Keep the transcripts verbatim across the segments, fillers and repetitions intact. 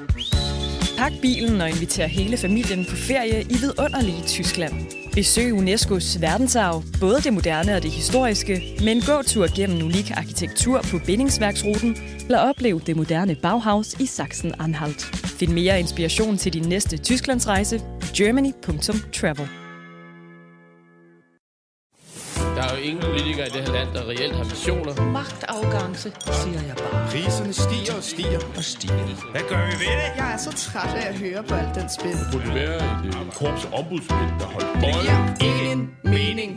Pak bilen og inviter hele familien på ferie i vidunderlige Tyskland. Besøg UNESCO's verdensarv, både det moderne og det historiske, med en gåtur gennem unik arkitektur på bindingsværksruten, eller oplev det moderne Bauhaus i Sachsen-Anhalt. Find mere inspiration til din næste Tysklandsrejse på germany punktum travel. Der er jo ingen politikere i det her land, der reelt har visioner. Magtafgangse, siger jeg bare. Priserne stiger og stiger og stiger. Hvad gør vi ved det? Jeg er så træt af at høre på alt den spil. Det burde være et uh, korps ombudsmænd, der holdt Det giver ingen mening.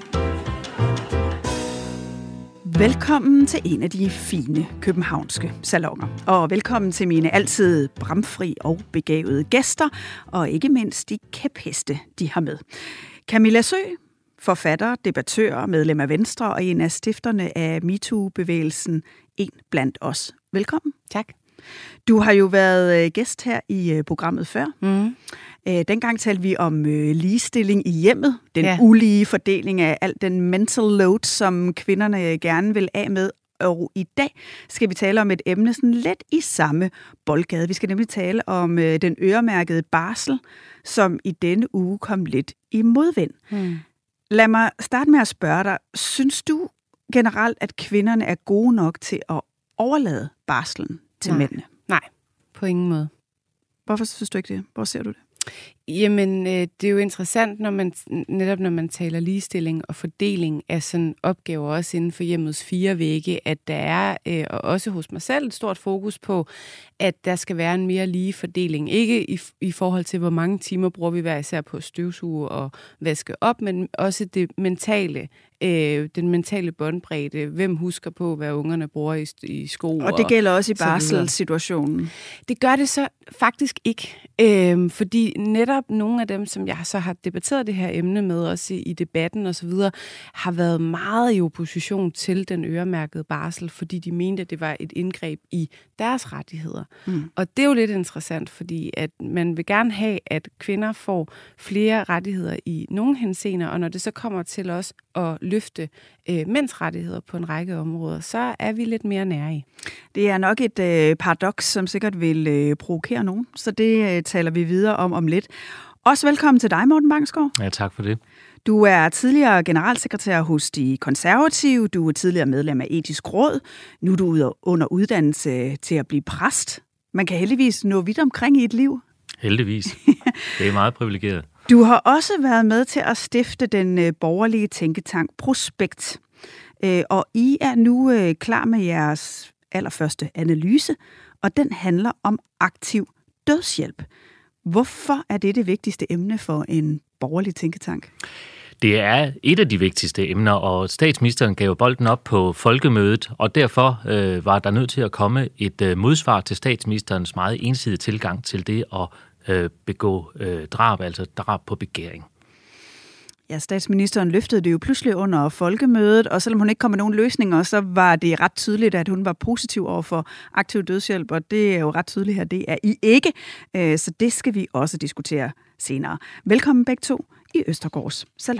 Velkommen til en af de fine københavnske salonger. Og velkommen til mine altid bramfri og begavede gæster, og ikke mindst de kæpheste, de har med. Camilla Sø, forfatter, debattør, medlem af Venstre og en af stifterne af MeToo-bevægelsen En blandt os. Velkommen. Tak. Du har jo været gæst her i programmet før. Mm. Dengang talte vi om ligestilling i hjemmet, den ja. ulige fordeling af al den mental load, som kvinderne gerne vil af med. Og i dag skal vi tale om et emne sådan lidt i samme boldgade. Vi skal nemlig tale om den øremærkede barsel, som i denne uge kom lidt i modvind. Mm. Lad mig starte med at spørge dig. Synes du generelt, at kvinderne er gode nok til at overlade barslen til Nej. mændene? Nej, på ingen måde. Hvorfor synes du ikke det? Hvor ser du det? Jamen, øh, det er jo interessant, når man, netop når man taler ligestilling og fordeling af sådan opgaver, også inden for hjemmets fire vægge, at der er, øh, og også hos mig selv, et stort fokus på, at der skal være en mere lige fordeling. Ikke i, i forhold til, hvor mange timer bruger vi hver især på at støvsuge og vaske op, men også det mentale, øh, den mentale båndbredde. Hvem husker på, hvad ungerne bruger i, i sko? Og det gælder også i og barselssituationen. Det gør det så faktisk ikke, øh, fordi netop nogle af dem, som jeg så har debatteret det her emne med, også i, i debatten og så videre, har været meget i opposition til den øremærkede barsel, fordi de mente, at det var et indgreb i deres rettigheder. Mm. Og det er jo lidt interessant, fordi at man vil gerne have, at kvinder får flere rettigheder i nogle henseender, og når det så kommer til os at løfte øh, mænds rettigheder på en række områder, så er vi lidt mere nære i. Det er nok et øh, paradoks, som sikkert vil øh, provokere nogen, så det øh, taler vi videre om om lidt. Også velkommen til dig, Morten Bangsgaard. Ja, tak for det. Du er tidligere generalsekretær hos De Konservative, du er tidligere medlem af Etisk Råd, nu er du under uddannelse til at blive præst. Man kan heldigvis nå vidt omkring i et liv. Heldigvis. Det er meget privilegeret. Du har også været med til at stifte den borgerlige tænketank Prospekt. Og I er nu klar med jeres allerførste analyse, og den handler om aktiv dødshjælp. Hvorfor er det det vigtigste emne for en borgerlig tænketank? Det er et af de vigtigste emner, og statsministeren gav bolden op på folkemødet, og derfor øh, var der nødt til at komme et øh, modsvar til statsministerens meget ensidige tilgang til det at øh, begå øh, drab, altså drab på begæring. Ja, statsministeren løftede det jo pludselig under folkemødet, og selvom hun ikke kom med nogen løsninger, så var det ret tydeligt, at hun var positiv over for aktiv dødshjælp, og det er jo ret tydeligt her, det er I ikke, så det skal vi også diskutere senere. Velkommen begge to i Østergaards Salon.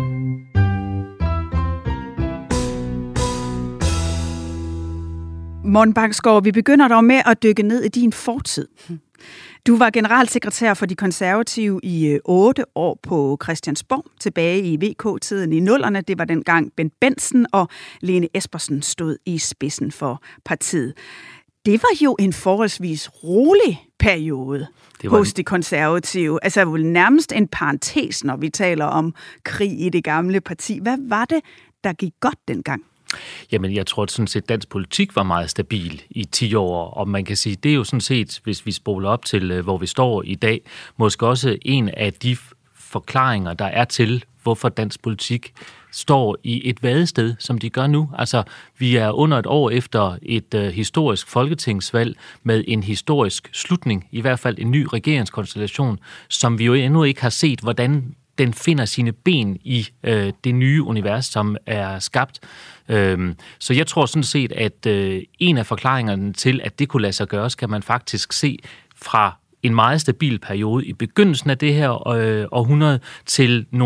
Morten Bangsgaard, vi begynder dog med at dykke ned i din fortid. Du var generalsekretær for De Konservative i otte år på Christiansborg, tilbage i V K-tiden i nullerne. Det var dengang Bent Bentzen og Lene Espersen stod i spidsen for partiet. Det var jo en forholdsvis rolig periode hos en... De Konservative. Altså vel nærmest en parentes, når vi taler om krig i det gamle parti. Hvad var det, der gik godt dengang? Jamen, jeg tror at sådan set, dansk politik var meget stabil i ti år, og man kan sige, det er jo sådan set, hvis vi spoler op til, hvor vi står i dag, måske også en af de forklaringer, der er til, hvorfor dansk politik står i et vadested, som de gør nu. Altså, vi er under et år efter et øh, historisk folketingsvalg med en historisk slutning, i hvert fald en ny regeringskonstellation, som vi jo endnu ikke har set, hvordan den finder sine ben i øh, det nye univers, som er skabt. Øhm, så jeg tror sådan set, at øh, en af forklaringerne til, at det kunne lade sig gøre, skal man faktisk se fra en meget stabil periode i begyndelsen af det her øh, århundrede til nogle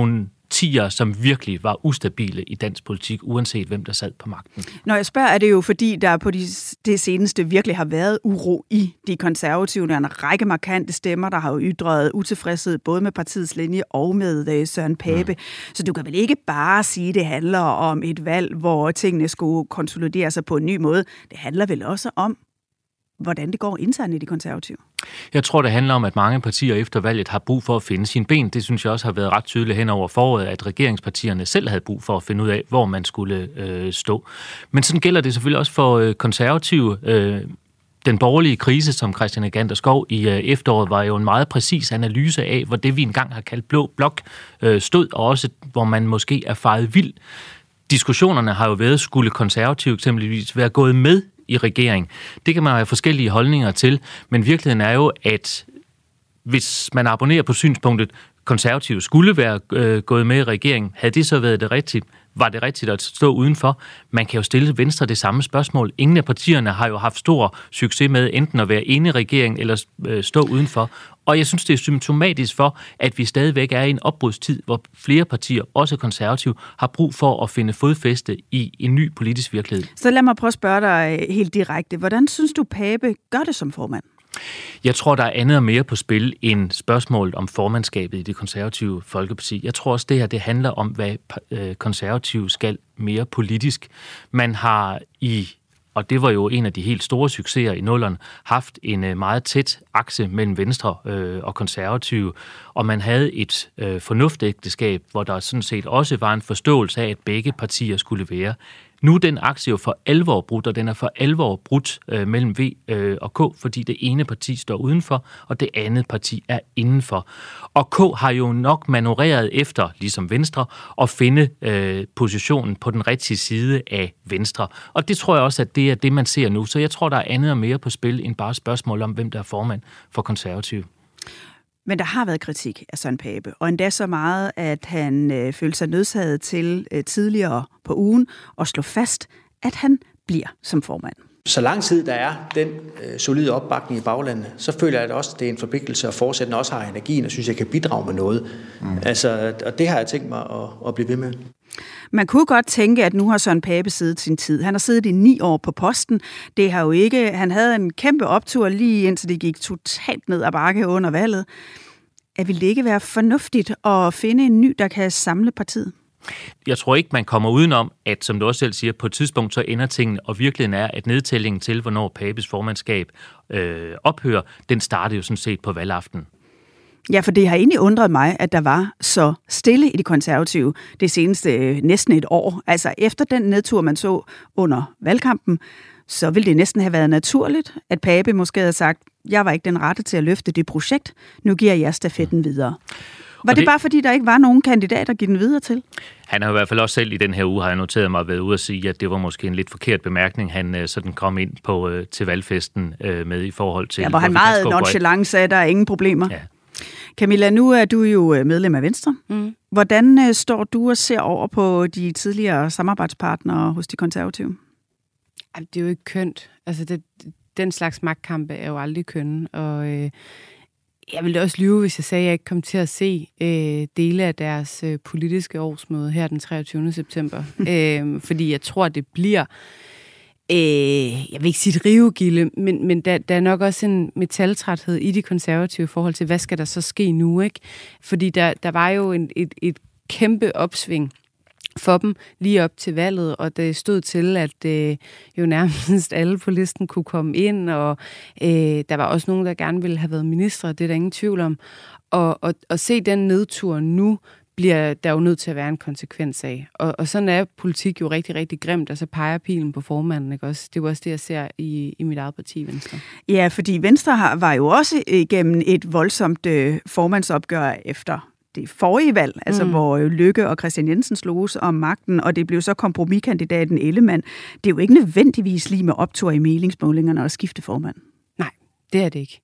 partier, som virkelig var ustabile i dansk politik, uanset hvem der sad på magten. Når jeg spørger, er det jo fordi, der på de, det seneste virkelig har været uro i de konservative. Der er en række markante stemmer, der har jo ytret utilfredshed både med partiets linje og med Søren Pape. Mm. Så du kan vel ikke bare sige, at det handler om et valg, hvor tingene skulle konsolidere sig på en ny måde. Det handler vel også om, hvordan det går internt i de konservative. Jeg tror, det handler om, at mange partier efter valget har brug for at finde sine ben. Det synes jeg også har været ret tydeligt hen over foråret, at regeringspartierne selv havde brug for at finde ud af, hvor man skulle øh, stå. Men sådan gælder det selvfølgelig også for øh, konservative. Øh, den borgerlige krise, som Christian Aganter Skov i øh, efteråret, var jo en meget præcis analyse af, hvor det vi engang har kaldt blå blok øh, stod, og også hvor man måske er faret vild. Diskussionerne har jo været, skulle konservative eksempelvis være gået med i regering. Det kan man have forskellige holdninger til, men virkeligheden er jo, at hvis man abonnerer på synspunktet, konservative skulle være øh, gået med i regering, havde det så været det rigtige? Var det rigtigt at stå udenfor? Man kan jo stille Venstre det samme spørgsmål. Ingen af partierne har jo haft stor succes med enten at være inde i regeringen eller øh, stå udenfor. Og jeg synes, det er symptomatisk for, at vi stadigvæk er i en opbrudstid, hvor flere partier, også konservative, har brug for at finde fodfæste i en ny politisk virkelighed. Så lad mig prøve at spørge dig helt direkte. Hvordan synes du, Pape gør det som formand? Jeg tror, der er andet og mere på spil end spørgsmålet om formandskabet i det konservative Folkeparti. Jeg tror også, det her det handler om, hvad konservative skal mere politisk. Man har i, og det var jo en af de helt store succeser i nullerne, haft en meget tæt akse mellem Venstre og konservative, og man havde et fornuftægteskab, hvor der sådan set også var en forståelse af, at begge partier skulle være. Nu er den aktie jo for alvor brudt, og den er for alvor brudt øh, mellem V øh, og K, fordi det ene parti står udenfor, og det andet parti er indenfor. Og K har jo nok manøvreret efter, ligesom Venstre, at finde øh, positionen på den rigtige side af Venstre. Og det tror jeg også, at det er det, man ser nu. Så jeg tror, der er andet og mere på spil, end bare spørgsmål om, hvem der er formand for konservative. Men der har været kritik af Søren Pape, og endda så meget, at han øh, følte sig nødsaget til øh, tidligere på ugen at slå fast, at han bliver som formand. Så lang tid der er den øh, solide opbakning i baglandet, så føler jeg at også, at det er en forpligtelse at fortsætte, og også har energien, og synes, jeg kan bidrage med noget. Mm. Altså, og det har jeg tænkt mig at, at blive ved med. Man kunne godt tænke, at nu har Søren Pape siddet sin tid. Han har siddet i ni år på posten. Det har jo ikke. Han havde en kæmpe optur lige indtil det gik totalt ned ad bakke under valget. At ville det ikke være fornuftigt at finde en ny, der kan samle partiet? Jeg tror ikke, man kommer udenom, at som du også selv siger, på et tidspunkt så ender tingene, og virkeligheden er, at nedtællingen til, hvornår Papes formandskab øh, ophører, den startede jo sådan set på valgaften. Ja, for det har egentlig undret mig, at der var så stille i de konservative det seneste øh, næsten et år. Altså efter den nedtur, man så under valgkampen, så ville det næsten have været naturligt, at Pape måske havde sagt, jeg var ikke den rette til at løfte det projekt, nu giver jeg stafetten videre. Var det, det bare fordi, der ikke var nogen kandidat at give den videre til? Han har i hvert fald også selv i den her uge, har jeg noteret mig, været ude at sige, at det var måske en lidt forkert bemærkning, han uh, sådan kom ind på uh, til valgfesten uh, med i forhold til... Ja, hvor han meget nonchalant sagde, at der er ingen problemer. Ja. Camilla, nu er du jo medlem af Venstre. Mm. Hvordan uh, står du og ser over på de tidligere samarbejdspartnere hos de konservative? Det er jo ikke kønt. Altså, det, den slags magtkampe er jo aldrig kønne, og... Øh, Jeg ville også lyve, hvis jeg sagde, at jeg ikke kom til at se øh, dele af deres øh, politiske årsmøde her den treogtyvende september. øh, fordi jeg tror, det bliver, øh, jeg vil ikke sige et rivegilde, men, men der, der er nok også en metaltræthed i de konservative i forhold til, hvad skal der så ske nu, ikke? Fordi der, der var jo en, et, et kæmpe opsving for dem lige op til valget, og det stod til, at øh, jo nærmest alle på listen kunne komme ind, og øh, der var også nogen, der gerne ville have været ministre, det er der ingen tvivl om. Og, og, og se den nedtur nu, bliver der jo nødt til at være en konsekvens af. Og, og sådan er politik jo rigtig, rigtig grimt, og så peger pilen på formanden, ikke også? Det er jo også det, jeg ser i, i mit eget parti, Venstre. Ja, fordi Venstre har, var jo også igennem et voldsomt øh, formandsopgør efter det forrige valg, altså mm. hvor Løkke og Christian Jensen sloges om magten, og det blev så kompromiskandidaten Ellemann. Det er jo ikke nødvendigvis lige med optur i meningsmålingerne og skifte formand. Nej, det er det ikke.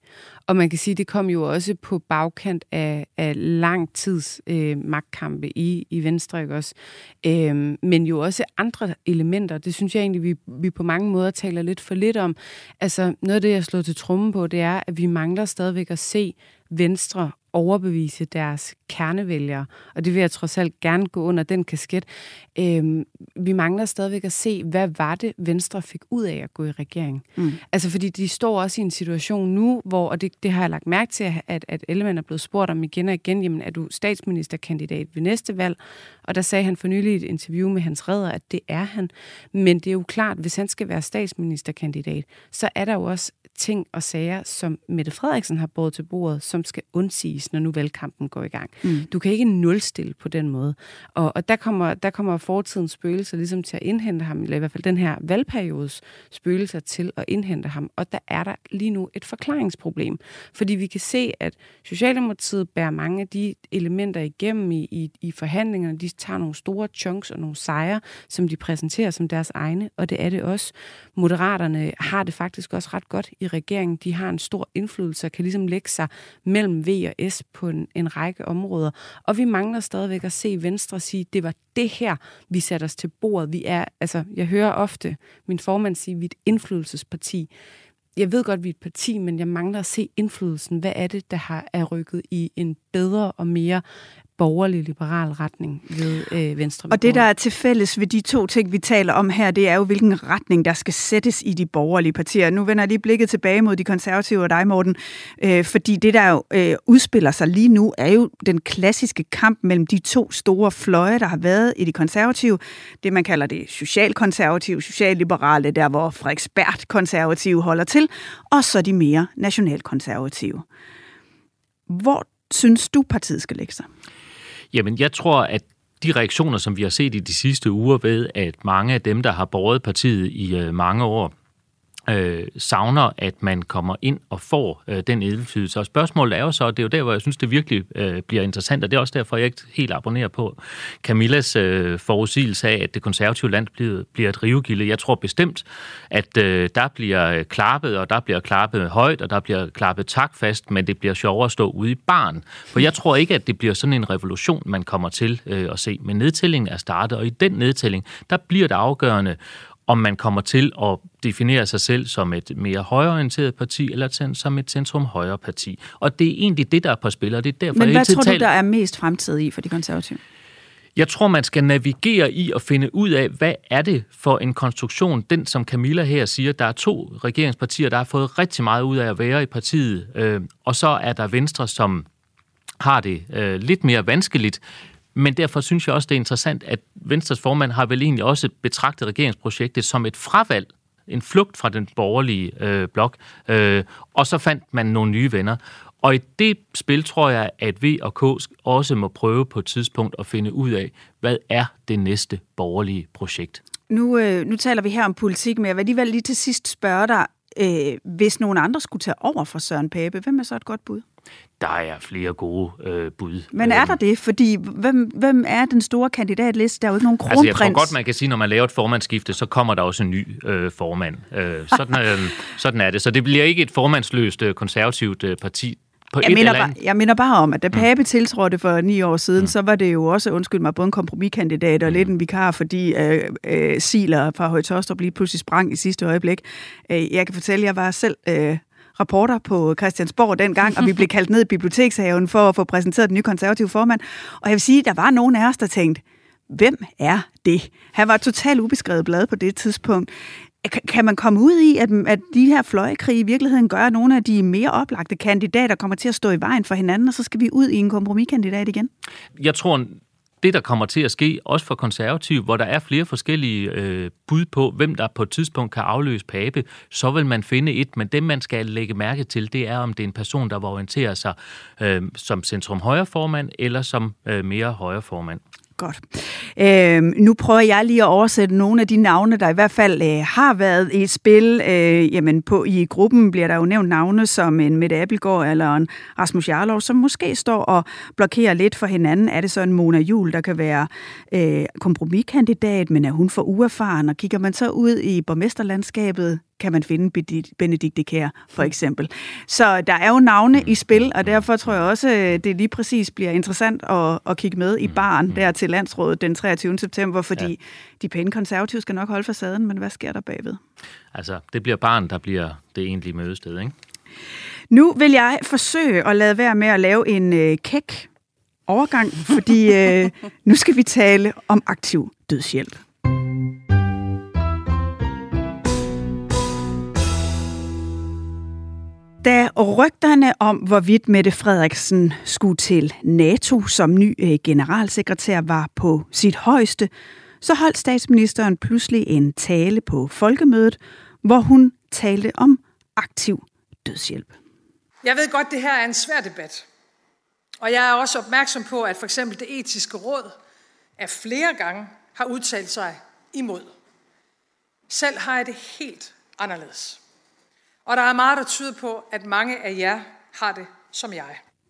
Og man kan sige, at det kom jo også på bagkant af, af lang tids øh, magtkampe i, i Venstre, ikke også? Øh, men jo også andre elementer. Det synes jeg egentlig, vi, vi på mange måder taler lidt for lidt om. Altså noget af det, jeg slår til trommen på, det er, at vi mangler stadigvæk at se Venstre overbevise deres kernevælgere, og det vil jeg trods alt gerne gå under den kasket. Øhm, vi mangler stadigvæk at se, hvad var det, Venstre fik ud af at gå i regering. Mm. Altså, fordi de står også i en situation nu, hvor, og det, det har jeg lagt mærke til, at, at Ellemann er blevet spurgt om igen og igen, jamen, er du statsministerkandidat ved næste valg? Og der sagde han for nylig i et interview med Hans Redder, at det er han. Men det er jo klart, hvis han skal være statsministerkandidat, så er der jo også ting og sager, som Mette Frederiksen har båret til bordet, som skal undsiges, når nu valgkampen går i gang. Mm. Du kan ikke nulstille på den måde. Og, og der, kommer, der kommer fortidens spøgelser ligesom til at indhente ham, eller i hvert fald den her valgperiodes spøgelser til at indhente ham. Og der er der lige nu et forklaringsproblem. Fordi vi kan se, at Socialdemokratiet bærer mange af de elementer igennem i, i, i forhandlingerne. De tager nogle store chunks og nogle sejre, som de præsenterer som deres egne, og det er det også. Moderaterne har det faktisk også ret godt i regeringen. De har en stor indflydelse og kan ligesom lægge sig mellem V og S på en, en række områder. Og vi mangler stadigvæk at se Venstre sige, det var det her, vi satte os til bordet. Vi er, altså, jeg hører ofte min formand sige, vi er et indflydelsesparti. Jeg ved godt, vi er et parti, men jeg mangler at se indflydelsen. Hvad er det, der har er rykket i en bedre og mere borgerlig liberal retning ved øh, Venstre? Og det, der er til fælles ved de to ting, vi taler om her, det er jo, hvilken retning, der skal sættes i de borgerlige partier. Nu vender jeg lige blikket tilbage mod de konservative og dig, Morten, øh, fordi det, der jo øh, udspiller sig lige nu, er jo den klassiske kamp mellem de to store fløje, der har været i de konservative. Det, man kalder det socialkonservative, socialliberale, der hvor Frederiksberg-konservative holder til, og så de mere nationalkonservative. Hvor synes du, partiet skal lægge sig? Jamen, jeg tror, at de reaktioner, som vi har set i de sidste uger ved, at mange af dem, der har båret partiet i øh, mange år, øh, savner, at man kommer ind og får øh, den indflydelse. Og spørgsmålet er jo så, det er jo der, hvor jeg synes, det virkelig øh, bliver interessant, og det er også derfor, jeg ikke helt abonnerer på Camillas øh, forudsigelse af, at det konservative land bliver, bliver et rivegilde. Jeg tror bestemt, at øh, der bliver klappet, og der bliver klappet højt, og der bliver klappet takfast, men det bliver sjovere at stå ude i baren. For jeg tror ikke, at det bliver sådan en revolution, man kommer til øh, at se. Men nedtællingen er startet, og i den nedtælling, der bliver det afgørende, om man kommer til at definere sig selv som et mere højreorienteret parti, eller som et centrum-højre parti. Og det er egentlig det, der er på spil, og det er derfor, Men jeg hvad tror du, taler... der er mest fremtid i for de konservative? Jeg tror, man skal navigere i og finde ud af, hvad er det for en konstruktion, den som Camilla her siger, der er to regeringspartier, der har fået rigtig meget ud af at være i partiet, øh, og så er der Venstre, som har det øh, lidt mere vanskeligt. Men derfor synes jeg også, det er interessant, at Venstres formand har vel egentlig også betragtet regeringsprojektet som et fravalg, en flugt fra den borgerlige øh, blok, øh, og så fandt man nogle nye venner. Og i det spil tror jeg, at V og K også må prøve på et tidspunkt at finde ud af, hvad er det næste borgerlige projekt. Nu, øh, nu taler vi her om politik, men jeg vil alligevel lige til sidst spørge dig, øh, hvis nogen andre skulle tage over for Søren Pape, hvem er så et godt bud? Der er flere gode øh, bud. Men er der det? Fordi hvem, hvem er den store kandidatliste? Der er jo ikke nogen kronprins. Altså, jeg tror godt, man kan sige, når man laver et formandsskifte, så kommer der også en ny øh, formand. Øh, sådan, øh, sådan er det. Så det bliver ikke et formandsløst øh, konservativt øh, parti. Jeg minder, bare, jeg minder bare om, at da Pape mm. tiltrådte for ni år siden, mm. så var det jo også, undskyld mig, både en kompromiskandidat og mm. lidt en vikar, fordi øh, øh, Siler fra Høje Taastrup lige pludselig sprang i sidste øjeblik. Øh, jeg kan fortælle, at jeg var selv øh, reporter på Christiansborg dengang, og vi blev kaldt ned i bibliotekshaven for at få præsenteret den nye konservative formand. Og jeg vil sige, at der var nogen af os, der tænkte, hvem er det? Han var totalt ubeskrevet blad på det tidspunkt. Kan man komme ud i, at, at de her fløjekrige i virkeligheden gør, at nogle af de mere oplagte kandidater kommer til at stå i vejen for hinanden, og så skal vi ud i en kompromiskandidat igen? Jeg tror, det der kommer til at ske, også for konservative, hvor der er flere forskellige øh, bud på, hvem der på et tidspunkt kan afløse Pape, så vil man finde et, men det man skal lægge mærke til, det er, om det er en person, der vil orientere sig øh, som centrum-højre-formand, eller som øh, mere højre-formand. Godt. Øh, nu prøver jeg lige at oversætte nogle af de navne, der i hvert fald øh, har været i et spil. Øh, jamen på, i gruppen bliver der jo nævnt navne som en Mette Abildgaard eller en Rasmus Jarlov, som måske står og blokerer lidt for hinanden. Er det så en Mona Juul, der kan være øh, kompromiskandidat, men er hun for uerfaren? Og kigger man så ud i borgmesterlandskabet, kan man finde Benedikte Kjær, for eksempel. Så der er jo navne i spil, og derfor tror jeg også, det lige præcis bliver interessant at, at kigge med i baren der til Landsrådet den treogtyvende september, fordi ja. de pæne konservative skal nok holde facaden, men hvad sker der bagved? Altså, det bliver baren, der bliver det egentlige mødested, ikke? Nu vil jeg forsøge at lade være med at lave en øh, kæk overgang, fordi øh, nu skal vi tale om aktiv dødshjælp. Da rygterne om, hvorvidt Mette Frederiksen skulle til NATO som ny øh, generalsekretær var på sit højeste, så holdt statsministeren pludselig en tale på folkemødet, hvor hun talte om aktiv dødshjælp. Jeg ved godt, det her er en svær debat. Og jeg er også opmærksom på, at for eksempel det etiske råd af flere gange har udtalt sig imod. Selv har jeg det helt anderledes. Og der er meget, der tyder på, at mange af jer har det som jeg.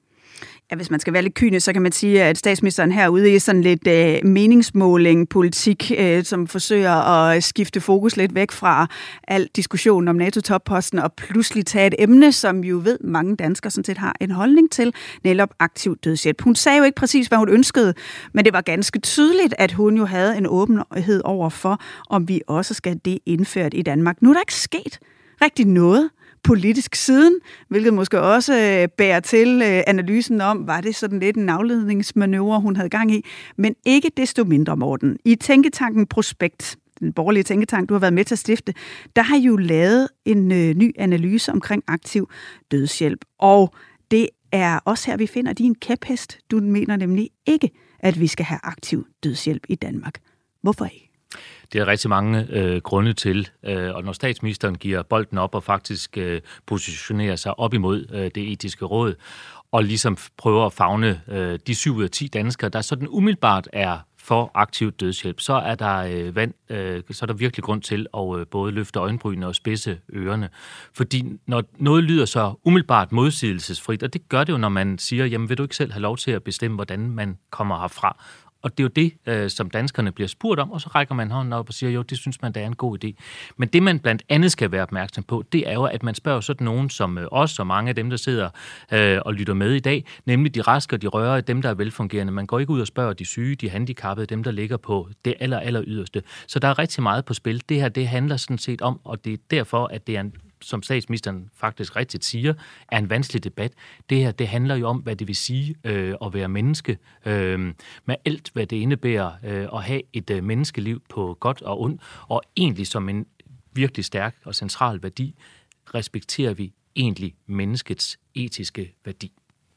Ja, hvis man skal være lidt kynisk, så kan man sige, at statsministeren herude i sådan lidt øh, meningsmåling, politik, øh, som forsøger at skifte fokus lidt væk fra al diskussionen om NATO-topposten og pludselig tage et emne, som jo ved mange danskere sådan set har en holdning til, netop aktiv dødshjælp. Hun sagde jo ikke præcis, hvad hun ønskede, men det var ganske tydeligt, at hun jo havde en åbenhed over for, om vi også skal det indført i Danmark. Nu er der ikke sket rigtig noget politisk siden, hvilket måske også øh, bærer til øh, analysen om, var det sådan lidt en afledningsmanøvre, hun havde gang i, men ikke desto mindre, Morten. I tænketanken Prospekt, den borgerlige tænketank, du har været med til at stifte, der har jo lavet en øh, ny analyse omkring aktiv dødshjælp, og det er også her, vi finder din kæphest. Du mener nemlig ikke, at vi skal have aktiv dødshjælp i Danmark. Hvorfor ikke? Det er rigtig mange øh, grunde til, øh, og når statsministeren giver bolden op og faktisk øh, positionerer sig op imod øh, det etiske råd, og ligesom prøver at favne øh, de syv ud af ti danskere, der sådan umiddelbart er for aktiv dødshjælp, så er der øh, vand, øh, så er der virkelig grund til at øh, både løfte øjenbrynene og spidse ørerne. Fordi når noget lyder så umiddelbart modsigelsesfrit, og det gør det jo, når man siger, jamen vil du ikke selv have lov til at bestemme, hvordan man kommer herfra? Og det er jo det, øh, som danskerne bliver spurgt om, og så rækker man hånden op og siger, jo, det synes man, der er en god idé. Men det, man blandt andet skal være opmærksom på, det er jo, at man spørger sådan nogen som øh, os, og mange af dem, der sidder øh, og lytter med i dag, nemlig de raske og de rørige, dem, der er velfungerende. Man går ikke ud og spørger de syge, de handicappede, dem, der ligger på det aller, aller yderste. Så der er rigtig meget på spil. Det her, det handler sådan set om, og det er derfor, at det er en, som statsministeren faktisk rigtigt siger, er en vanskelig debat. Det her, det handler jo om, hvad det vil sige øh, at være menneske, øh, med alt, hvad det indebærer øh, at have et øh, menneskeliv på godt og ondt, og egentlig som en virkelig stærk og central værdi, respekterer vi egentlig menneskets etiske værdi.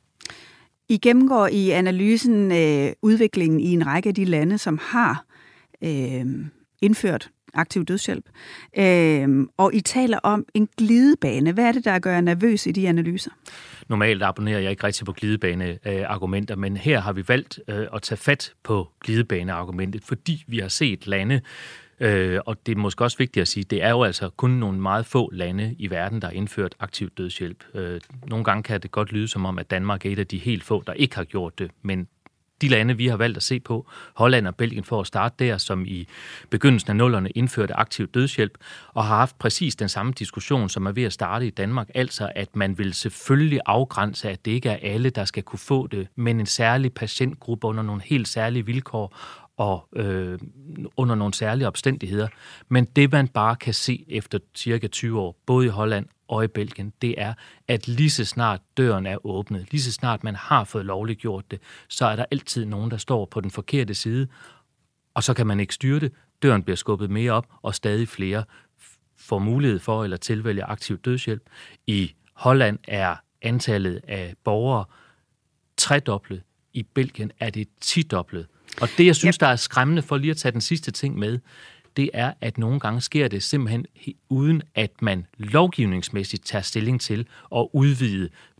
I gennemgår i analysen øh, udviklingen i en række af de lande, som har øh, indført aktiv dødshjælp. Øhm, og I taler om en glidebane. Hvad er det, der gør jer nervøs i de analyser? Normalt abonnerer jeg ikke rigtig på glidebane-argumenter, men her har vi valgt øh, at tage fat på glidebane-argumentet, fordi vi har set lande, øh, og det er måske også vigtigt at sige, det er jo altså kun nogle meget få lande i verden, der har indført aktiv dødshjælp. Øh, nogle gange kan det godt lyde som om, at Danmark er et af de helt få, der ikke har gjort det, men de lande, vi har valgt at se på, Holland og Belgien for at starte der, som i begyndelsen af nullerne indførte aktiv dødshjælp, og har haft præcis den samme diskussion, som er ved at starte i Danmark, altså at man vil selvfølgelig afgrænse, at det ikke er alle, der skal kunne få det, men en særlig patientgruppe under nogle helt særlige vilkår og øh, under nogle særlige omstændigheder. Men det, man bare kan se efter cirka tyve år, både i Holland og i Belgien, det er, at lige så snart døren er åbnet, lige så snart man har fået lovligt gjort det, så er der altid nogen, der står på den forkerte side, og så kan man ikke styre det. Døren bliver skubbet mere op, og stadig flere får mulighed for eller tilvælge aktiv dødshjælp. I Holland er antallet af borgere tredoblet. I Belgien er det tidoblet. Og det, jeg synes, yep. der er skræmmende for lige at tage den sidste ting med, det er, at nogle gange sker det simpelthen uden, at man lovgivningsmæssigt tager stilling til at udvide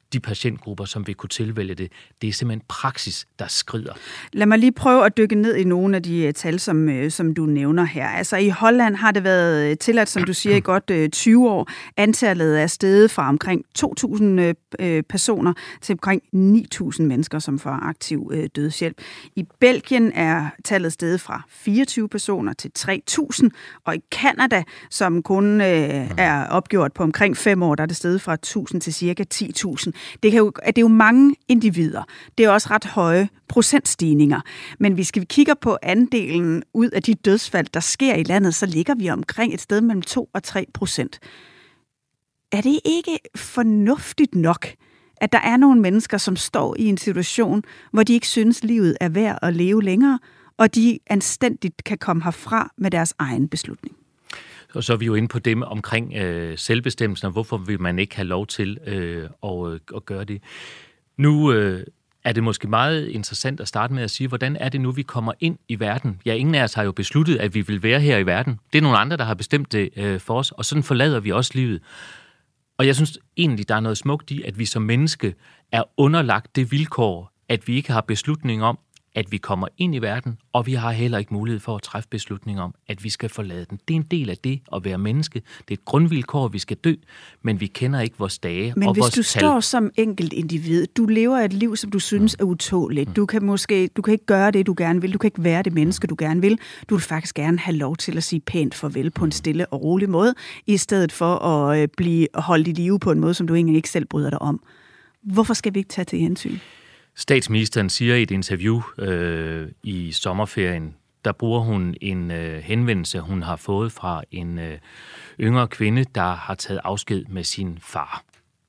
de patientgrupper, som vil kunne tilvælge det. Det er simpelthen praksis, der skrider. Lad mig lige prøve at dykke ned i nogle af de tal, som, som du nævner her. Altså i Holland har det været tilladt, som du siger, i godt tyve år. Antallet er steget fra omkring to tusind personer til omkring ni tusind mennesker, som får aktiv dødshjælp. I Belgien er tallet steget fra fireogtyve personer til tre tusind, og i Canada, som kun er opgjort på omkring fem år, der er det steget fra tusind til cirka ti tusind. Det, kan jo, det er jo mange individer. Det er også ret høje procentstigninger. Men hvis vi kigger på andelen ud af de dødsfald, der sker i landet, så ligger vi omkring et sted mellem to og tre procent. Er det ikke fornuftigt nok, at der er nogle mennesker, som står i en situation, hvor de ikke synes, livet er værd at leve længere, og de anstændigt kan komme herfra med deres egen beslutning? Og så er vi jo inde på det omkring øh, selvbestemmelsen, og hvorfor vil man ikke have lov til øh, at, at gøre det. Nu øh, er det måske meget interessant at starte med at sige, hvordan er det nu, vi kommer ind i verden? Ja, ingen af os har jo besluttet, at vi vil være her i verden. Det er nogle andre, der har bestemt det øh, for os, og sådan forlader vi også livet. Og jeg synes egentlig, der er noget smukt i, at vi som menneske er underlagt det vilkår, at vi ikke har beslutning om, at vi kommer ind i verden, og vi har heller ikke mulighed for at træffe beslutning om, at vi skal forlade den. Det er en del af det at være menneske. Det er et grundvilkår, vi skal dø, men vi kender ikke vores dage men og vores tal. Men hvis du tal. står som enkelt individ, du lever et liv, som du synes er utåligt. Du kan måske, du kan ikke gøre det, du gerne vil. Du kan ikke være det menneske, du gerne vil. Du vil faktisk gerne have lov til at sige pænt farvel på en stille og rolig måde, i stedet for at blive holdt i live på en måde, som du egentlig ikke selv bryder dig om. Hvorfor skal vi ikke tage til hensyn? Statsministeren siger i et interview øh, i sommerferien, der bruger hun en øh, henvendelse, hun har fået fra en øh, yngre kvinde, der har taget afsked med sin far.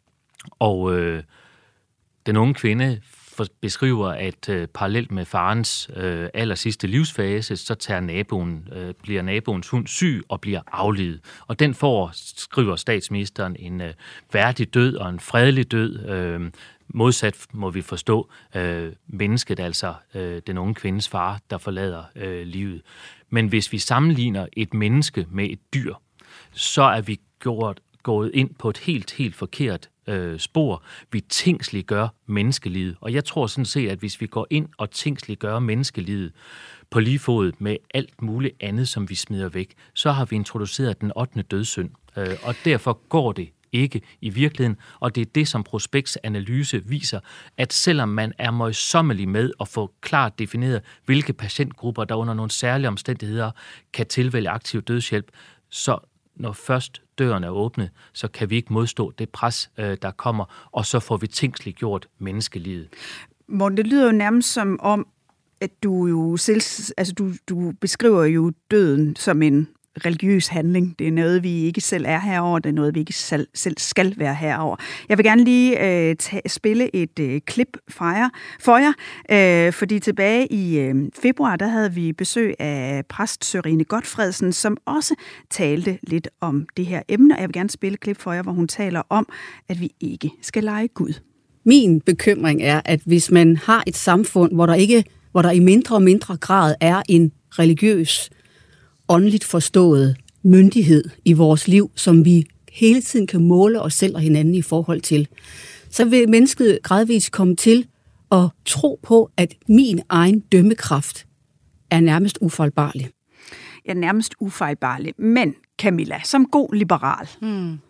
Og øh, den unge kvinde beskriver, at øh, parallelt med farens øh, aller sidste livsfase, så tager naboen, øh, bliver naboens hund syg og bliver aflivet. Og den får, skriver statsministeren, en øh, værdig død og en fredelig død. Øh, modsat må vi forstå øh, mennesket, altså øh, den unge kvindes far, der forlader øh, livet. Men hvis vi sammenligner et menneske med et dyr, så er vi gjort, gået ind på et helt, helt forkert øh, spor. Vi tingsliggør menneskelivet. Og jeg tror sådan set, at hvis vi går ind og tingsliggør menneskelivet på lige fod med alt muligt andet, som vi smider væk, så har vi introduceret den ottende dødssynd. Øh, og derfor går det ikke i virkeligheden, og det er det, som Prospekts analyse viser, at selvom man er møjsommelig med at få klart defineret, hvilke patientgrupper, der under nogle særlige omstændigheder kan tilvælge aktiv dødshjælp, så når først døren er åbnet, så kan vi ikke modstå det pres, der kommer, og så får vi tingsliggjort menneskelivet. Morten, det lyder jo nærmest som om, at du jo selv, altså du, du beskriver jo døden som en religiøs handling. Det er noget, vi ikke selv er herover. Det er noget, vi ikke selv, selv skal være herover. Jeg vil gerne lige øh, tage, spille et øh, klip fra jer, for jer, øh, fordi tilbage i øh, februar, der havde vi besøg af præst Sørine Godfredsen, som også talte lidt om det her emne, og jeg vil gerne spille et klip for jer, hvor hun taler om, at vi ikke skal lege Gud. Min bekymring er, at hvis man har et samfund, hvor der ikke, hvor der i mindre og mindre grad er en religiøs, åndeligt forstået myndighed i vores liv, som vi hele tiden kan måle os selv og hinanden i forhold til, så vil mennesket gradvist komme til at tro på, at min egen dømmekraft er nærmest ufejlbarlig. Ja, nærmest ufejlbarlig. Men Camilla, som god liberal, hmm.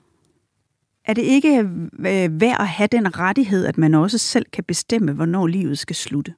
er det ikke værd at have den rettighed, at man også selv kan bestemme, hvornår livet skal slutte?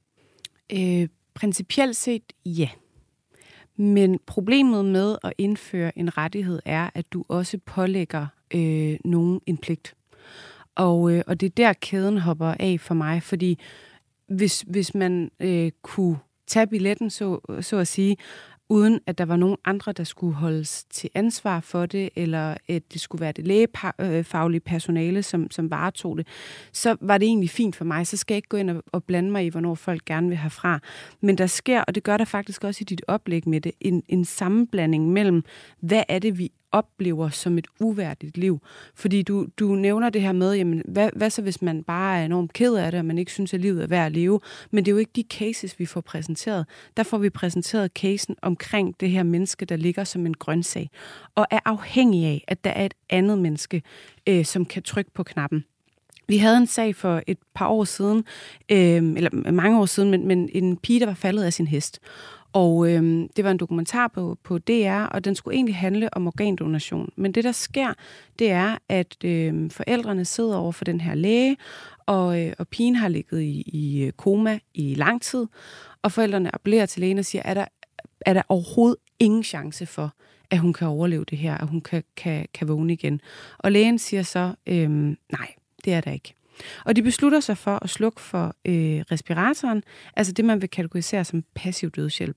Øh, principielt set, ja. Men problemet med at indføre en rettighed er, at du også pålægger øh, nogen en pligt. Og, øh, og det er der, kæden hopper af for mig, fordi hvis, hvis man øh, kunne tage billetten, så, så at sige, uden at der var nogen andre, der skulle holdes til ansvar for det, eller at det skulle være det lægefaglige personale, som, som varetog det, så var det egentlig fint for mig. Så skal jeg ikke gå ind og, og blande mig i, hvornår folk gerne vil herfra. Men der sker, og det gør der faktisk også i dit oplæg med det, en, en sammenblanding mellem, hvad er det, vi oplever som et uværdigt liv. Fordi du, du nævner det her med, jamen, hvad, hvad så hvis man bare er enormt ked af det, og man ikke synes, at livet er værd at leve. Men det er jo ikke de cases, vi får præsenteret. Der får vi præsenteret casen omkring det her menneske, der ligger som en grøntsag, og er afhængig af, at der er et andet menneske, øh, som kan trykke på knappen. Vi havde en sag for et par år siden, øh, eller mange år siden, men, men en pige, der var faldet af sin hest. Og øh, det var en dokumentar på, på D R, og den skulle egentlig handle om organdonation. Men det, der sker, det er, at øh, forældrene sidder over for den her læge, og, øh, og pigen har ligget i, i koma i lang tid, og forældrene appellerer til lægen og siger, er der, er der overhovedet ingen chance for, at hun kan overleve det her, at hun kan, kan, kan vågne igen. Og lægen siger så, øh, nej, det er der ikke. Og de beslutter sig for at slukke for øh, respiratoren, altså det, man vil kategorisere som passiv dødshjælp.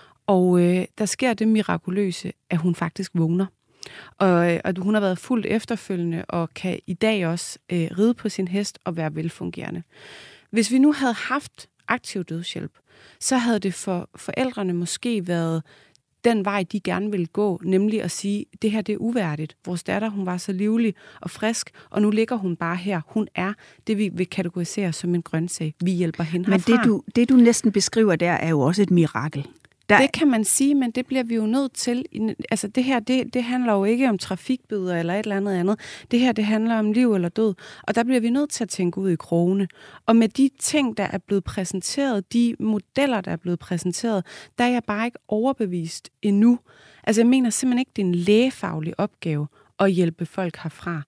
Og øh, der sker det mirakuløse, at hun faktisk vågner. Og, øh, og hun har været fuldt efterfølgende og kan i dag også øh, ride på sin hest og være velfungerende. Hvis vi nu havde haft aktiv dødshjælp, så havde det for forældrene måske været den vej, de gerne ville gå, nemlig at sige, det her det er uværdigt. Vores datter, hun var så livlig og frisk, og nu ligger hun bare her. Hun er det, vi vil kategorisere som en grøntsag. Vi hjælper hende men herfra. Men det du, det, du næsten beskriver der, er jo også et mirakel. Der... Det kan man sige, men det bliver vi jo nødt til. Altså det her, det, det handler jo ikke om trafikbøder eller et eller andet andet. Det her, det handler om liv eller død. Og der bliver vi nødt til at tænke ud i krogene. Og med de ting, der er blevet præsenteret, de modeller, der er blevet præsenteret, der er jeg bare ikke overbevist endnu. Altså jeg mener simpelthen ikke, det er en lægefaglig opgave at hjælpe folk herfra.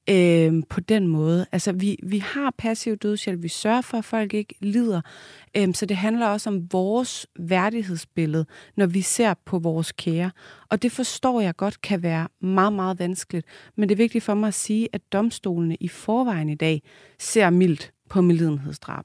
Øh, på den måde. Altså, vi, vi har passiv dødshjælp, vi sørger for, at folk ikke lider, øh, så det handler også om vores værdighedsbillede, når vi ser på vores kære. Og det forstår jeg godt kan være meget, meget vanskeligt, men det er vigtigt for mig at sige, at domstolene i forvejen i dag ser mildt på medlidenhedsdrab.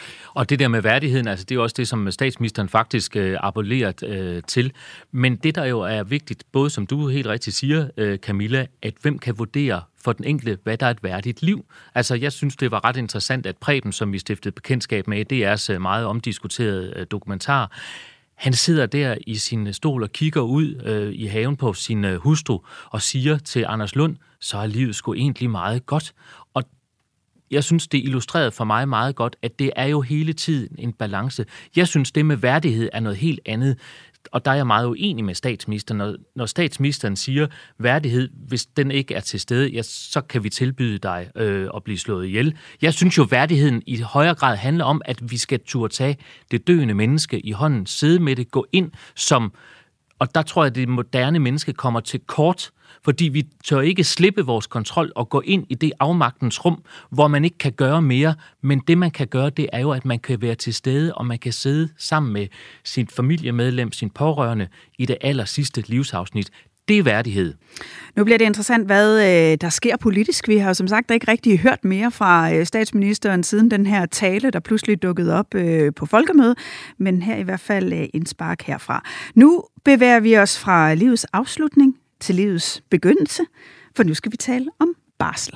Og det der med værdigheden, altså det er også det, som statsministeren faktisk øh, appellerer øh, til. Men det, der jo er vigtigt, både som du helt rigtigt siger, øh, Camilla, at hvem kan vurdere for den enkelte, hvad der er et værdigt liv. Altså jeg synes, det var ret interessant, at Preben, som vi stiftede bekendtskab med, D R's meget omdiskuterede øh, dokumentar, han sidder der i sin stol og kigger ud øh, i haven på sin øh, hustru og siger til Anders Lund, så er livet sgu egentlig meget godt. Og jeg synes, det illustrerede for mig meget godt, at det er jo hele tiden en balance. Jeg synes, det med værdighed er noget helt andet, og der er jeg meget uenig med statsministeren. Når, når statsministeren siger værdighed, hvis den ikke er til stede, ja, så kan vi tilbyde dig øh, at blive slået ihjel. Jeg synes jo, værdigheden i højere grad handler om, at vi skal turde tage det døende menneske i hånden, sidde med det, gå ind som... Og der tror jeg, at det moderne menneske kommer til kort, fordi vi tør ikke slippe vores kontrol og gå ind i det afmagtens rum, hvor man ikke kan gøre mere. Men det, man kan gøre, det er jo, at man kan være til stede, og man kan sidde sammen med sin familiemedlem, sin pårørende i det aller sidste livsafsnit. Det er værdighed. Nu bliver det interessant, hvad øh, der sker politisk. Vi har jo som sagt ikke rigtig hørt mere fra øh, statsministeren siden den her tale, der pludselig dukkede op øh, på folkemødet, men her i hvert fald øh, en spark herfra. Nu bevæger vi os fra livets afslutning til livets begyndelse, for nu skal vi tale om barsel.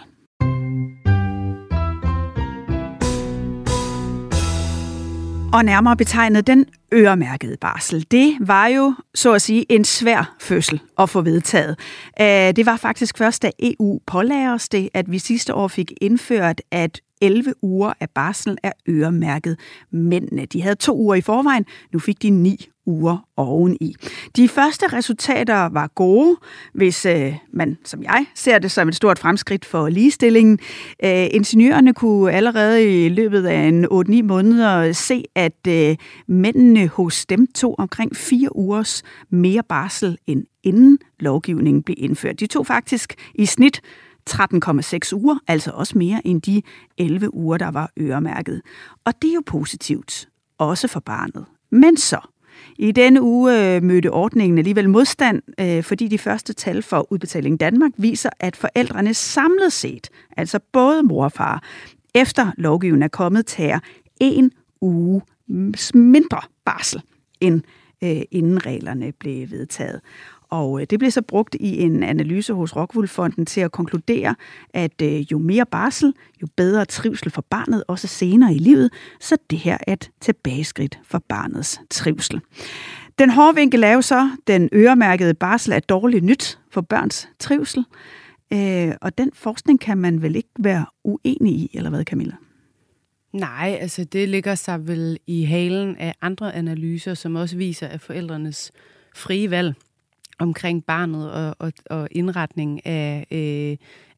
Og nærmere betegnet den øremærkede barsel. Det var jo, så at sige, en svær fødsel at få vedtaget. Det var faktisk først, da E U pålagde os det, at vi sidste år fik indført, at elleve uger af barsel er øremærket mændene. De havde to uger i forvejen, nu fik de ni uger oveni. De første resultater var gode, hvis øh, man, som jeg, ser det som et stort fremskridt for ligestillingen. Øh, ingeniørerne kunne allerede i løbet af en otte ni måneder se, at øh, mændene hos dem tog omkring fire ugers mere barsel, end inden lovgivningen blev indført. De tog faktisk i snit tretten komma seks uger, altså også mere end de elleve uger, der var øremærket. Og det er jo positivt, også for barnet. Men så, i denne uge mødte ordningen alligevel modstand, fordi de første tal for Udbetaling Danmark viser, at forældrene samlet set, altså både mor og far, efter lovgivningen er kommet, tager en uge mindre barsel, end inden reglerne blev vedtaget. Og det blev så brugt i en analyse hos Rockwool-fonden til at konkludere, at jo mere barsel, jo bedre trivsel for barnet, også senere i livet, så det her er et tilbageskridt for barnets trivsel. Den hårde vinkel er jo så, den øremærkede barsel er dårligt nyt for børns trivsel, og den forskning kan man vel ikke være uenig i, eller hvad, Camilla? Nej, altså det ligger sig vel i halen af andre analyser, som også viser, at forældrenes frie valg omkring barnet og, og, og indretning af, øh,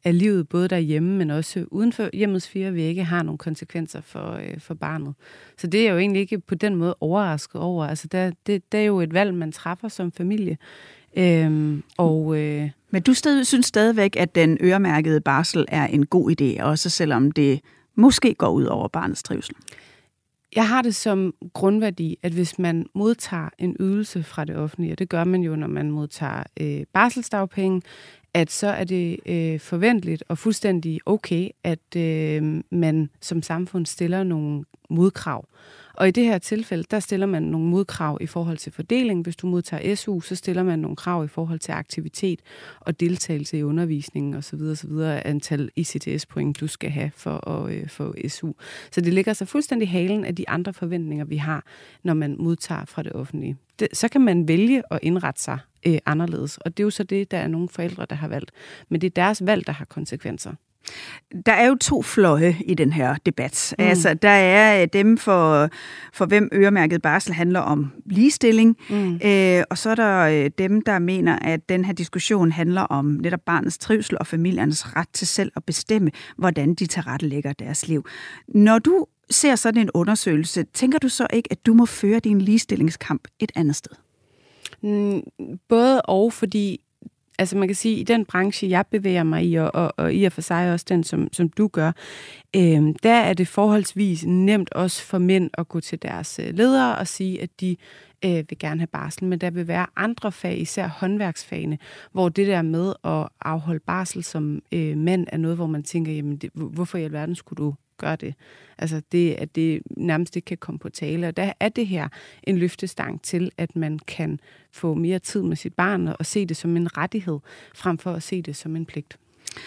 af livet, både derhjemme, men også uden for hjemmets fire vægge, har nogle konsekvenser for, øh, for barnet. Så det er jeg jo egentlig ikke på den måde overrasket over. Altså, der, det, det er jo et valg, man træffer som familie. Øhm, og, øh, Men du sted, synes stadigvæk, at den øremærkede barsel er en god idé, også selvom det måske går ud over barnets trivsel? Jeg har det som grundværdi, at hvis man modtager en ydelse fra det offentlige, og det gør man jo, når man modtager øh, barselsdagpenge, at så er det øh, forventeligt og fuldstændig okay, at øh, man som samfund stiller nogle modkrav. Og i det her tilfælde, der stiller man nogle modkrav i forhold til fordeling. Hvis du modtager S U, så stiller man nogle krav i forhold til aktivitet og deltagelse i undervisningen osv. osv. Antal I C T S-point, du skal have for at øh, få S U. Så det ligger så fuldstændig halen af de andre forventninger, vi har, når man modtager fra det offentlige. Det, så kan man vælge at indrette sig øh, anderledes. Og det er jo så det, der er nogle forældre, der har valgt. Men det er deres valg, der har konsekvenser. Der er jo to fløje i den her debat. Mm. Altså, der er dem, for, for hvem øremærket barsel handler om ligestilling, mm. øh, og så er der dem, der mener, at den her diskussion handler om netop barnets trivsel og familiernes ret til selv at bestemme, hvordan de tilrettelægger deres liv. Når du ser sådan en undersøgelse, tænker du så ikke, at du må føre din ligestillingskamp et andet sted? Mm, både og, fordi altså man kan sige, at i den branche, jeg bevæger mig i, og, og, og i og for sig også den, som, som du gør, øh, der er det forholdsvis nemt også for mænd at gå til deres ledere og sige, at de øh, vil gerne have barsel. Men der vil være andre fag, især håndværksfagene, hvor det der med at afholde barsel som øh, mand er noget, hvor man tænker, jamen det, hvorfor i alverden skulle du gøre det? Altså det, at det nærmest ikke kan komme på tale. Og der er det her en løftestang til, at man kan få mere tid med sit barn og se det som en rettighed, frem for at se det som en pligt.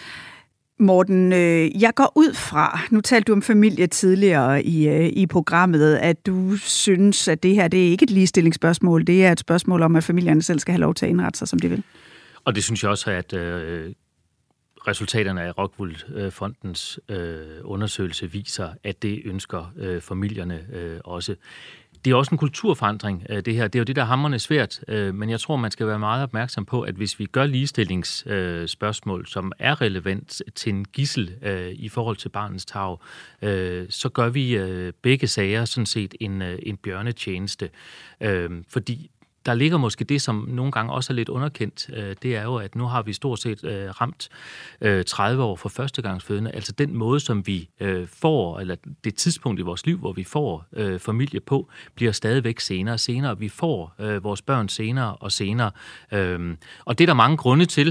Morten, øh, jeg går ud fra, nu talte du om familie tidligere i, øh, i programmet, at du synes, at det her det er ikke et ligestillingsspørgsmål, det er et spørgsmål om, at familierne selv skal have lov til at indrette sig, som de vil. Og det synes jeg også, at øh, resultaterne af Rockwool Fondens øh, undersøgelse viser, at det ønsker øh, familierne øh, også. Det er også en kulturforandring, øh, det her. Det er jo det, der er hamrende svært, øh, men jeg tror, man skal være meget opmærksom på, at hvis vi gør ligestillingsspørgsmål, øh, som er relevant til en gidsel øh, i forhold til barnets tarv, øh, så gør vi øh, begge sager sådan set en, øh, en bjørnetjeneste, øh, fordi der ligger måske det, som nogle gange også er lidt underkendt. Det er jo, at nu har vi stort set ramt tredive år for førstegangsfødende. Altså den måde, som vi får, eller det tidspunkt i vores liv, hvor vi får familie på, bliver stadigvæk senere og senere. Vi får vores børn senere og senere. Og det er der mange grunde til,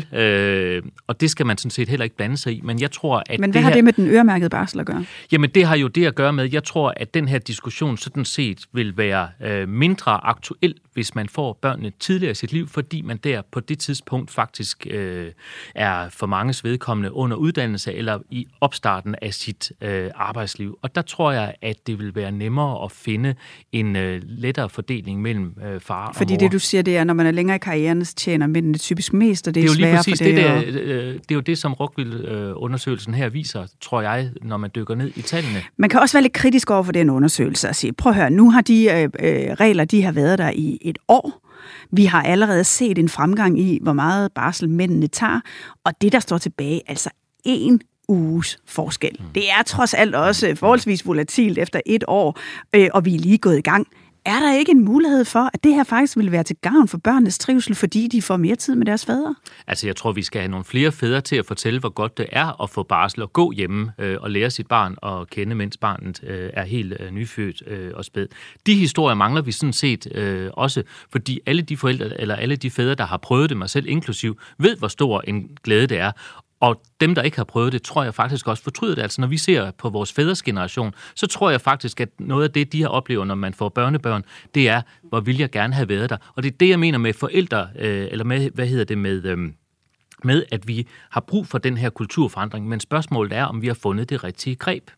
og det skal man sådan set heller ikke blande sig i. Men jeg tror, at Men hvad det har her, det med den øremærkede barsel at gøre? Jamen det har jo det at gøre med, jeg tror, at den her diskussion sådan set vil være mindre aktuel, hvis man får børnene tidligere i sit liv, fordi man der på det tidspunkt faktisk øh, er for manges vedkommende under uddannelse eller i opstarten af sit øh, arbejdsliv. Og der tror jeg, at det vil være nemmere at finde en øh, lettere fordeling mellem øh, far og mor. Fordi det, du siger, det er, når man er længere i karrieren, så tjener mændene typisk mest, og det er, det er jo sværere for det. det. Det, og... der, øh, det er jo det, som Rockwool-undersøgelsen her viser, tror jeg, når man dykker ned i tallene. Man kan også være lidt kritisk over for den undersøgelse og sige, prøv at høre, nu har de øh, regler, de har været der i et år. Vi har allerede set en fremgang i, hvor meget barsel mændene tager, og det, der står tilbage, altså en uges forskel. Det er trods alt også forholdsvis volatilt efter et år, øh, og vi er lige gået i gang. Er der ikke en mulighed for, at det her faktisk vil være til gavn for børnenes trivsel, fordi de får mere tid med deres fædre? Altså, jeg tror, vi skal have nogle flere fædre til at fortælle, hvor godt det er at få barsel og gå hjemme øh, og lære sit barn at kende, mens barnet øh, er helt øh, nyfødt øh, og spæd. De historier mangler vi sådan set øh, også, fordi alle de forældre, eller alle de fædre, der har prøvet det, mig selv inklusiv, ved, hvor stor en glæde det er. Og dem, der ikke har prøvet det, tror jeg faktisk også fortryder det. Altså, når vi ser på vores fædres generation, så tror jeg faktisk, at noget af det, de har oplevet, når man får børnebørn, det er, hvor vil jeg gerne have været der. Og det er det, jeg mener med forældre, øh, eller med, hvad hedder det, med, øh, med, at vi har brug for den her kulturforandring. Men spørgsmålet er, om vi har fundet det rigtige greb.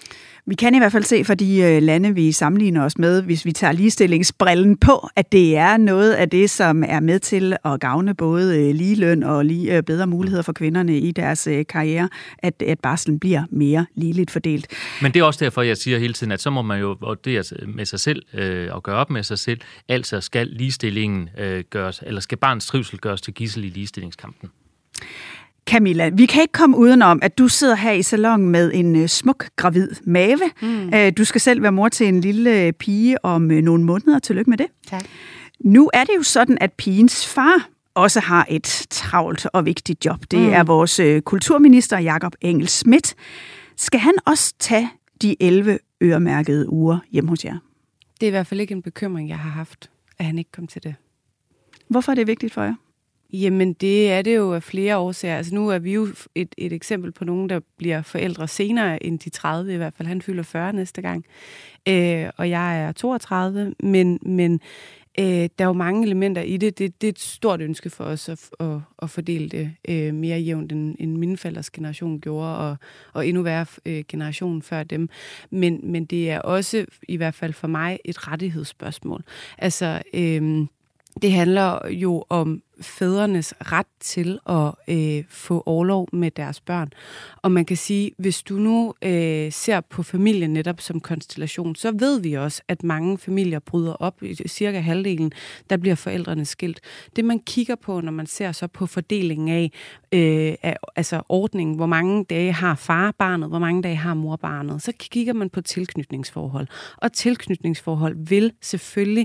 Vi kan i hvert fald se fra de lande, vi sammenligner os med, hvis vi tager ligestillingsbrillen på, at det er noget af det, som er med til at gavne både ligeløn og lige bedre muligheder for kvinderne i deres karriere, at, at barslen bliver mere ligeligt fordelt. Men det er også derfor, jeg siger hele tiden, at så må man jo vurdere med sig selv øh, og gøre op med sig selv. Altså skal ligestillingen øh, gøres, eller skal barnets trivsel gøres til gidsel i ligestillingskampen? Camilla, vi kan ikke komme udenom, at du sidder her i salongen med en uh, smuk, gravid mave. Mm. Uh, du skal selv være mor til en lille pige om uh, nogle måneder. Tillykke med det. Tak. Nu er det jo sådan, at pigens far også har et travlt og vigtigt job. Det mm. er vores uh, kulturminister, Jakob Engel-Schmidt. Skal han også tage de elleve øremærkede uger hjemme hos jer? Det er i hvert fald ikke en bekymring, jeg har haft, at han ikke kom til det. Hvorfor er det vigtigt for jer? Jamen, det er det jo af flere årsager. Altså, nu er vi jo et, et eksempel på nogen, der bliver forældre senere end de tredive i hvert fald. Han fylder fyrre næste gang, øh, og jeg er toogtredive, men, men øh, der er jo mange elementer i det. Det, det er et stort ønske for os at, at, at fordele det øh, mere jævnt, end, end mine forældres generation gjorde, og, og endnu værre øh, generationen før dem. Men, men det er også, i hvert fald for mig, et rettighedsspørgsmål. Altså, øh, det handler jo om fædrenes ret til at øh, få orlov med deres børn. Og man kan sige, hvis du nu øh, ser på familien netop som konstellation, så ved vi også, at mange familier bryder op. I cirka halvdelen, der bliver forældrene skilt. Det man kigger på, når man ser så på fordelingen af, øh, af altså ordningen, hvor mange dage har far barnet, hvor mange dage har mor barnet, så kigger man på tilknytningsforhold. Og tilknytningsforhold vil selvfølgelig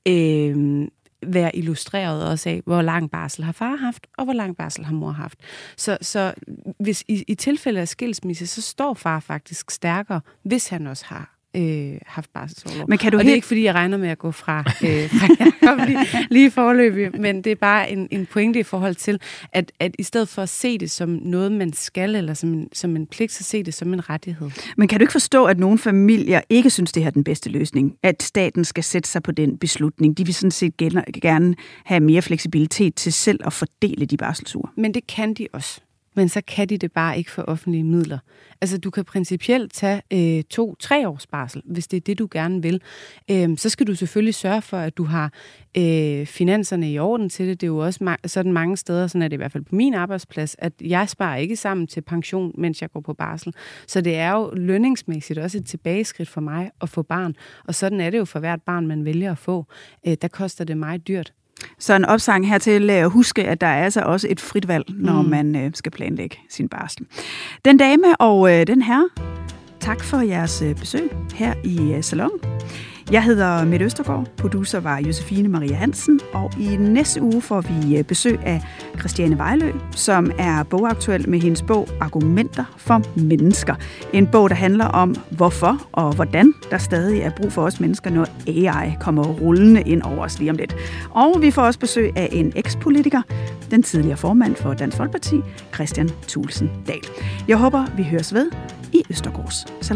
øh, være illustreret også af, hvor lang barsel har far haft, og hvor lang barsel har mor haft. Så, så hvis i, i tilfælde af skilsmisse, så står far faktisk stærkere, hvis han også har øh, haft barselsorlov. Men kan du og helt... det er ikke, fordi jeg regner med at gå fra, øh, fra lige, lige forløbig, men det er bare en, en pointe i forhold til, at, at i stedet for at se det som noget, man skal, eller som en, som en pligt, så se det som en rettighed. Men kan du ikke forstå, at nogle familier ikke synes, det her er den bedste løsning? At staten skal sætte sig på den beslutning? De vil sådan set gerne have mere fleksibilitet til selv at fordele de barselsuger. Men det kan de også. Men så kan de det bare ikke for offentlige midler. Altså, du kan principielt tage øh, to-tre års barsel, hvis det er det, du gerne vil. Øh, så skal du selvfølgelig sørge for, at du har øh, finanserne i orden til det. Det er jo også ma- sådan mange steder, sådan er det i hvert fald på min arbejdsplads, at jeg sparer ikke sammen til pension, mens jeg går på barsel. Så det er jo lønningsmæssigt også et tilbageskridt for mig at få barn. Og sådan er det jo for hvert barn, man vælger at få. Øh, der koster det meget dyrt. Så en opsang her til at huske, at der er altså også et frit valg, når mm. man øh, skal planlægge sin barsel. Den dame og øh, den herre, tak for jeres øh, besøg her i øh, salongen. Jeg hedder Mette Østergaard, producer var Josefine Maria Hansen, og i næste uge får vi øh, besøg af Christiane Vejlø, som er bogaktuel med hendes bog Argumenter for mennesker. En bog, der handler om, hvorfor og hvordan der stadig er brug for os mennesker, når A I kommer rullende ind over os lige om lidt. Og vi får også besøg af en ekspolitiker, den tidligere formand for Dansk Folkeparti, Kristian Thulesen Dahl. Jeg håber, vi høres ved i Østergaards Salon.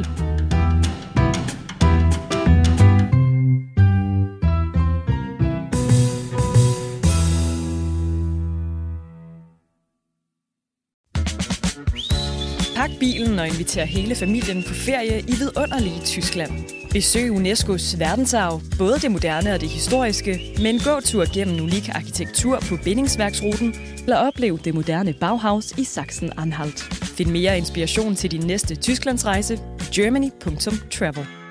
Pak bilen og inviter hele familien på ferie i vidunderlige Tyskland. Besøg UNESCO's verdensarv, både det moderne og det historiske, med en gåtur gennem unik arkitektur på bindingsværksruten, eller oplev det moderne Bauhaus i Sachsen-Anhalt. Find mere inspiration til din næste Tysklandsrejse på germany punktum travel.